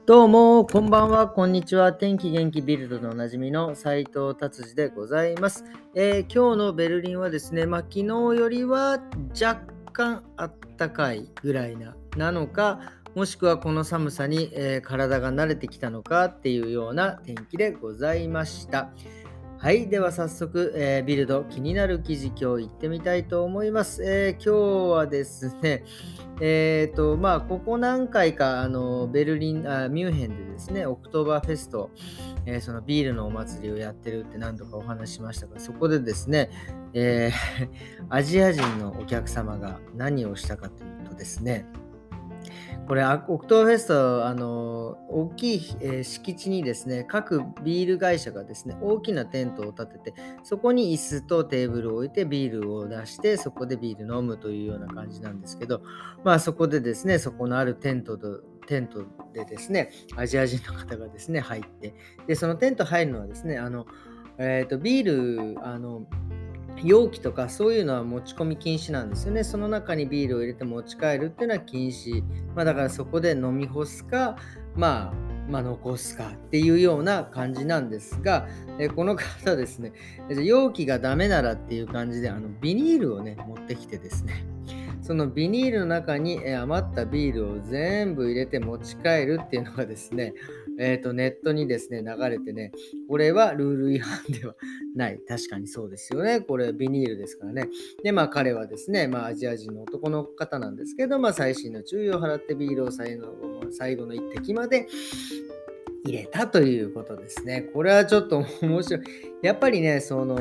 どうも、こんばんは、こんにちは。天気元気ビルドでおなじみの斉藤達治でございます。今日のベルリンはですね、昨日よりは若干あったかいぐらいなのか、もしくはこの寒さに、体が慣れてきたのかっていうような天気でございました。はい、では早速、ビルド気になる記事今日行ってみたいと思います。今日はですね、ここ何回かベルリンミュンヘンでですね、オクトーバーフェスト、そのビールのお祭りをやってるって何度かお話ししましたが、そこでですね、アジア人のお客様が何をしたかというとですね、これオクトーフェスト、大きい、敷地にですね、各ビール会社がですね、大きなテントを立てて、そこに椅子とテーブルを置いてビールを出して、そこでビール飲むというような感じなんですけど、そこでですね、そこのあるテントでですね、アジア人の方がですね、入って、で、そのテント入るのはですね、ビール、容器とかそういうのは持ち込み禁止なんですよね。その中にビールを入れて持ち帰るっていうのは禁止。だからそこで飲み干すか、残すかっていうような感じなんですが、この方ですね、容器がダメならっていう感じで、ビニールをね、持ってきてですね、そのビニールの中に余ったビールを全部入れて持ち帰るっていうのがですね、ネットにですね、流れてね、これはルール違反ではない。確かにそうですよね。これビニールですからね。で、彼はですね、アジア人の男の方なんですけど、細心の注意を払ってビールを最後の一滴まで入れたということですね。これはちょっと面白い。やっぱりね、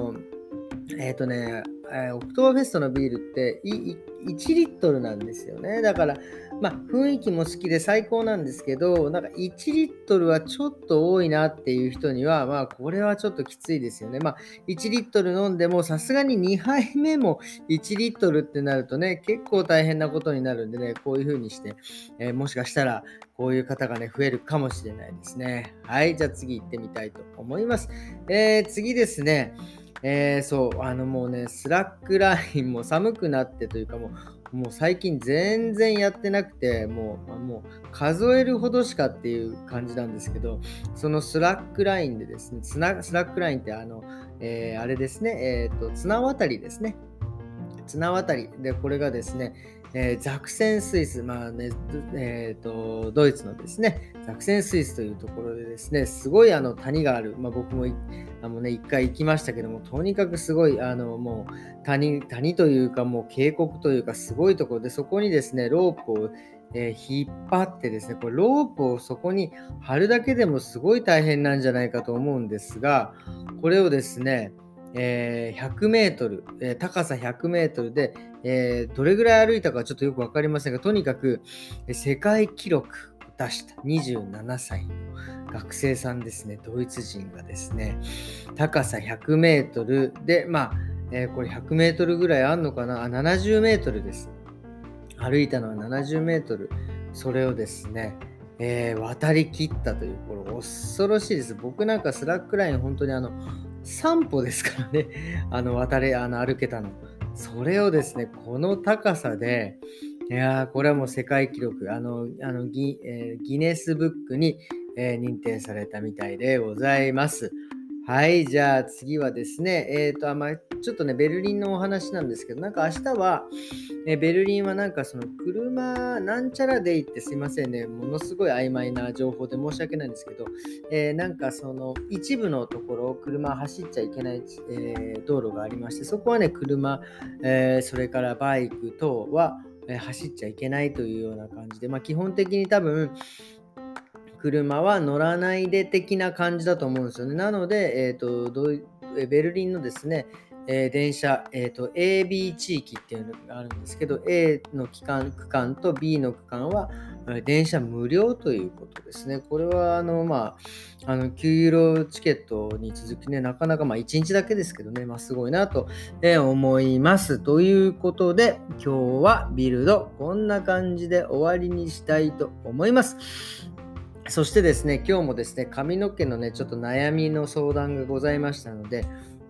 オクトーバーフェストのビールって1リットルなんですよね。だから、雰囲気も好きで最高なんですけど、なんか1リットルはちょっと多いなっていう人には、これはちょっときついですよね。1リットル飲んでも、さすがに2杯目も1リットルってなるとね、結構大変なことになるんでね、こういう風にして、もしかしたら、こういう方がね、増えるかもしれないですね。はい、じゃあ次行ってみたいと思います。次ですね。もうね、スラックラインも寒くなってというか、もう最近全然やってなくて、もう数えるほどしかっていう感じなんですけど、そのスラックラインでですね、スラックラインってあれですね、綱渡りですね。綱渡りで、これがですね、ザクセンスイス、ドイツのですね、ザクセンスイスというところでですね、すごい谷がある、僕も一回行きましたけども、とにかくすごいもう谷というか、もう渓谷というか、すごいところで、そこにですね、ロープを引っ張ってですね、これロープをそこに貼るだけでもすごい大変なんじゃないかと思うんですが、これをですね、100メートル、高さ100メートルで、どれぐらい歩いたかちょっとよくわかりませんが、とにかく世界記録を出した27歳の学生さんですね、ドイツ人がですね、高さ100メートルで、これ100メートルぐらいあんのかな、70メートルです。歩いたのは70メートル。それをですね、渡り切ったという、これ恐ろしいです。僕なんかスラックライン本当に散歩ですからね、歩けたの。それをですね、この高さで、いやー、これはもう世界記録、ギネスブックに、認定されたみたいでございます。はい、じゃあ次はですね、ちょっとね、ベルリンのお話なんですけど、なんか明日は、ベルリンはなんかその車なんちゃらで行ってすいませんね、ものすごい曖昧な情報で申し訳ないんですけど、なんかその一部のところ、車走っちゃいけない、道路がありまして、そこはね、車、それからバイク等は、走っちゃいけないというような感じで、基本的に多分、車は乗らないで的な感じだと思うんですよね。なので、ベルリンのですね、電車、AB 地域っていうのがあるんですけど、A の区間と B の区間は電車無料ということですね。これは9ユーロチケットに続きね、なかなか1日だけですけどね、すごいなと思います。ということで、今日はビルドこんな感じで終わりにしたいと思います。そしてですね、今日もですね、髪の毛のね、ちょっと悩みの相談がございましたので、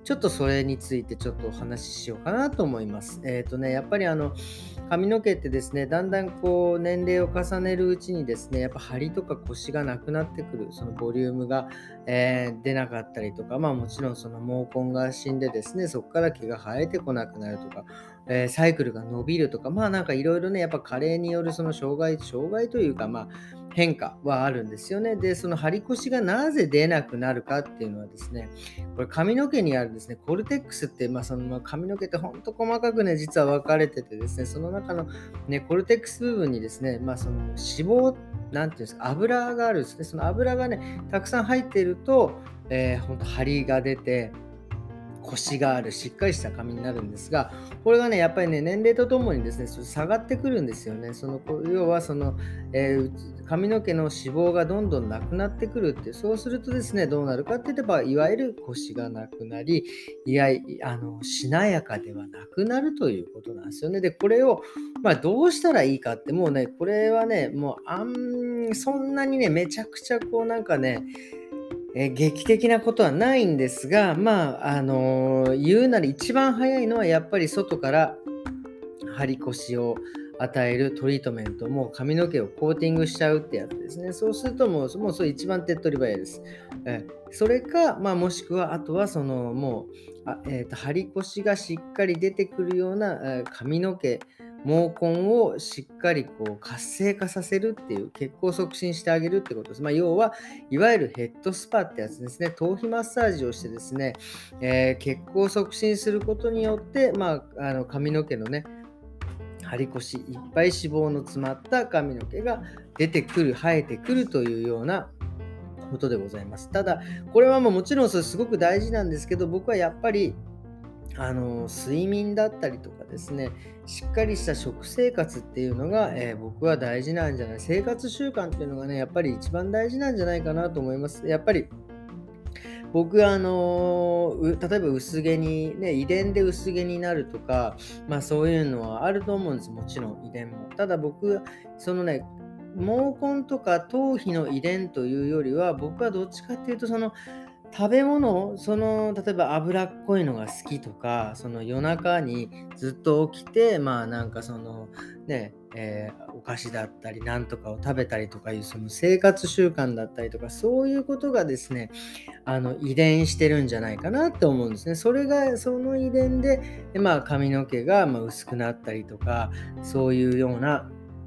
ちょっとそれについてちょっとお話ししようかなと思います。やっぱり髪の毛ってですね、だんだんこう年齢を重ねるうちにですね、やっぱ張りとかコシがなくなってくる、そのボリュームが、出なかったりとか、もちろんその毛根が死んでですね、そこから毛が生えてこなくなるとか、サイクルが伸びるとか、なんかいろいろね、やっぱ加齢によるその障害というか、変化はあるんですよね。で、その張り腰がなぜ出なくなるかっていうのはですね、これ髪の毛にあるですね、コルテックスって、その髪の毛ってほんと細かくね、実は分かれててですね、その中のね、コルテックス部分にですね、その脂肪、なんていうんですか、油があるんですね。その油がね、たくさん入っていると、ほんと張りが出て、コシがあるしっかりした髪になるんですが、これがね、やっぱりね、年齢とともにですね、下がってくるんですよね。要はその、髪の毛の脂肪がどんどんなくなってくるって、そうするとですね、どうなるかって言えば、いわゆるコシがなくなり、しなやかではなくなるということなんですよね。で、これを、どうしたらいいかって、もうね、これはね、もう、そんなにね、めちゃくちゃこうなんかね、劇的なことはないんですが、言うなら一番早いのはやっぱり外から張り腰を与えるトリートメント、もう髪の毛をコーティングしちゃうってやつですね。そうするともうそれ一番手っ取り早いです。それか、もしくはあとはそのもう、張り腰がしっかり出てくるような、髪の毛、毛根をしっかりこう活性化させるっていう、血行を促進してあげるってことです。要はいわゆるヘッドスパってやつですね。頭皮マッサージをしてですね、血行を促進することによって、髪の毛のね、張り腰、いっぱい脂肪の詰まった髪の毛が出てくる、生えてくるというようなことでございます。ただ、これはもちろんそれすごく大事なんですけど、僕はやっぱり睡眠だったりとかですね、しっかりした食生活っていうのが、僕は大事なんじゃない、生活習慣っていうのがね、やっぱり一番大事なんじゃないかなと思います。やっぱり僕は例えば薄毛にね、遺伝で薄毛になるとか、そういうのはあると思うんです。もちろん遺伝も。ただ僕、そのね、毛根とか頭皮の遺伝というよりは、僕はどっちかっていうと、その食べ物、例えば脂っこいのが好きとか、その夜中にずっと起きて、なんかそのね、お菓子だったりなんとかを食べたりとかいうその生活習慣だったりとか、そういうことがですね、遺伝してるんじゃないかなって思うんですね。その遺伝で、髪の毛が薄くなったりとか、そういうような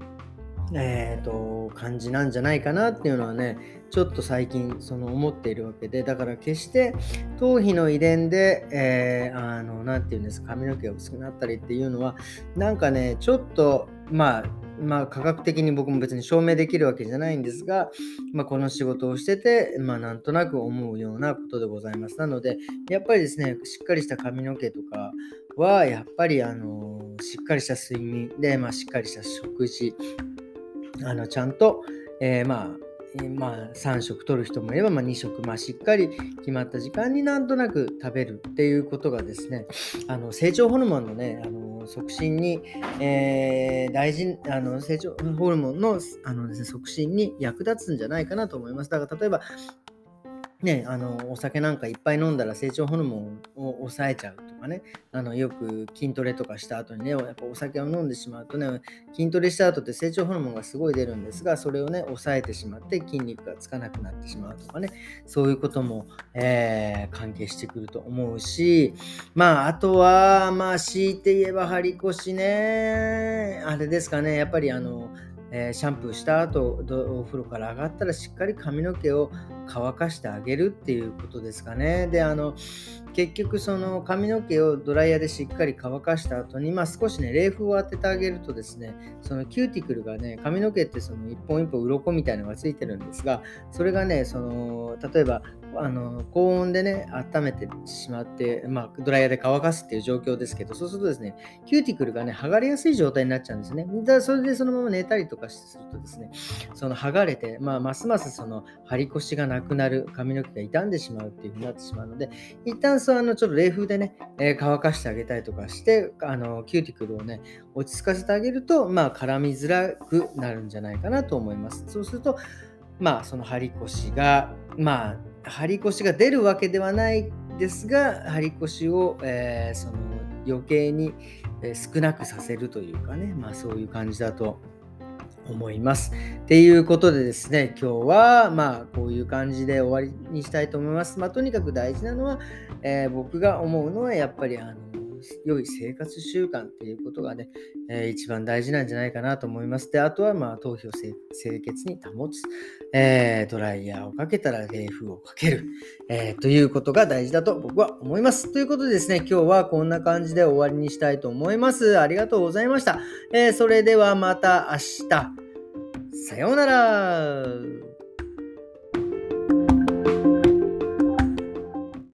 感じなんじゃないかなっていうのはね、ちょっと最近思っているわけで、だから決して頭皮の遺伝で、なんていうんですか、髪の毛が薄くなったりっていうのは、なんかね、ちょっと、科学的に僕も別に証明できるわけじゃないんですが、この仕事をしてて、なんとなく思うようなことでございます。なので、やっぱりですね、しっかりした髪の毛とかは、やっぱりしっかりした睡眠で、しっかりした食事、ちゃんと、3食取る人もいれば、2食、しっかり決まった時間になんとなく食べるっていうことがですね、成長ホルモンのね、促進に、成長ホルモンの、ですね、促進に役立つんじゃないかなと思います。だから例えば、ね、お酒なんかいっぱい飲んだら成長ホルモンを抑えちゃうとかね、よく筋トレとかした後にね、やっぱお酒を飲んでしまうとね、筋トレした後って成長ホルモンがすごい出るんですが、それをね、抑えてしまって筋肉がつかなくなってしまうとかね、そういうことも、関係してくると思うし、あとは、強いて言えば張り腰ね、あれですかね、やっぱりシャンプーした後、お風呂から上がったらしっかり髪の毛を乾かしてあげるっていうことですかね。で、結局その髪の毛をドライヤーでしっかり乾かした後に、少しね、冷風を当ててあげるとですね、そのキューティクルがね、髪の毛ってその一本一本鱗みたいなのがついてるんですが、それがね、例えば高温でね、温めてしまって、ドライヤーで乾かすっていう状況ですけど、そうするとですね、キューティクルがね、剥がれやすい状態になっちゃうんですね。それでそのまま寝たりとかするとですね、その剥がれて、ますますその張り腰がなくなる、髪の毛が傷んでしまうっていう風になってしまうので、一旦ちょっと冷風でね、乾かしてあげたりとかして、キューティクルをね、落ち着かせてあげると、絡みづらくなるんじゃないかなと思います。そうすると、その張り腰が出るわけではないですが、張り腰を、その余計に少なくさせるというかね、そういう感じだと思います。っていうことでですね、今日はこういう感じで終わりにしたいと思います。とにかく大事なのは、僕が思うのはやっぱり良い生活習慣っていうことがね、一番大事なんじゃないかなと思います。で、あとは頭皮を清潔に保つ、ドライヤーをかけたら冷風をかける、ということが大事だと僕は思います。ということでですね、今日はこんな感じで終わりにしたいと思います。ありがとうございました。それではまた明日。さようなら。